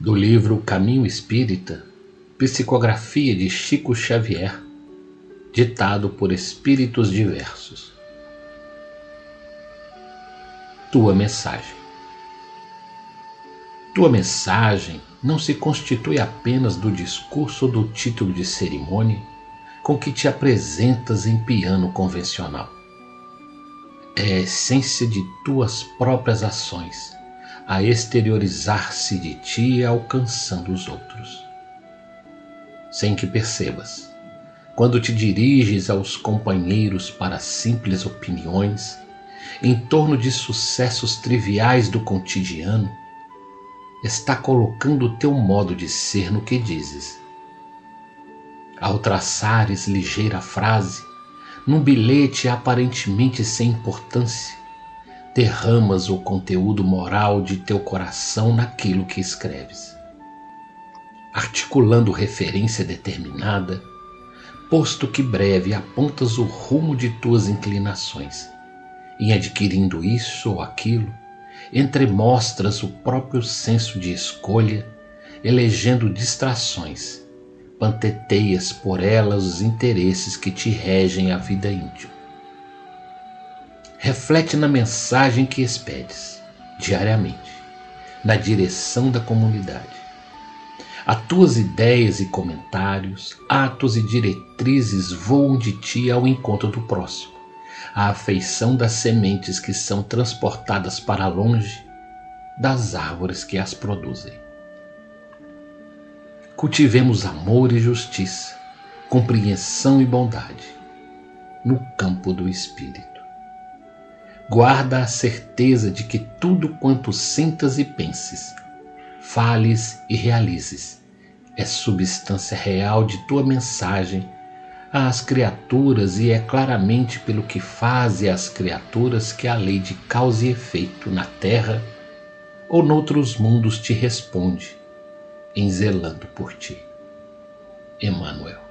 do livro Caminho Espírita, psicografia de Chico Xavier, ditado por espíritos diversos. Tua mensagem. Tua mensagem não se constitui apenas do discurso ou do título de cerimônia com que te apresentas em piano convencional. É a essência de tuas próprias ações, a exteriorizar-se de ti alcançando os outros. Sem que percebas, quando te diriges aos companheiros para simples opiniões, em torno de sucessos triviais do cotidiano, está colocando o teu modo de ser no que dizes. Ao traçares ligeira frase, num bilhete aparentemente sem importância, derramas o conteúdo moral de teu coração naquilo que escreves. Articulando referência determinada, posto que breve apontas o rumo de tuas inclinações, em adquirindo isso ou aquilo, entremostras o próprio senso de escolha, elegendo distrações, panteteias por elas os interesses que te regem a vida íntima. Reflete na mensagem que expedes, diariamente, na direção da comunidade. As tuas ideias e comentários, atos e diretrizes voam de ti ao encontro do próximo, à afeição das sementes que são transportadas para longe das árvores que as produzem. Cultivemos amor e justiça, compreensão e bondade no campo do espírito. Guarda a certeza de que tudo quanto sintas e penses, fales e realizes, é substância real de tua mensagem às criaturas e é claramente pelo que faze às criaturas que a lei de causa e efeito na terra ou noutros mundos te responde, em zelando por ti. Emmanuel.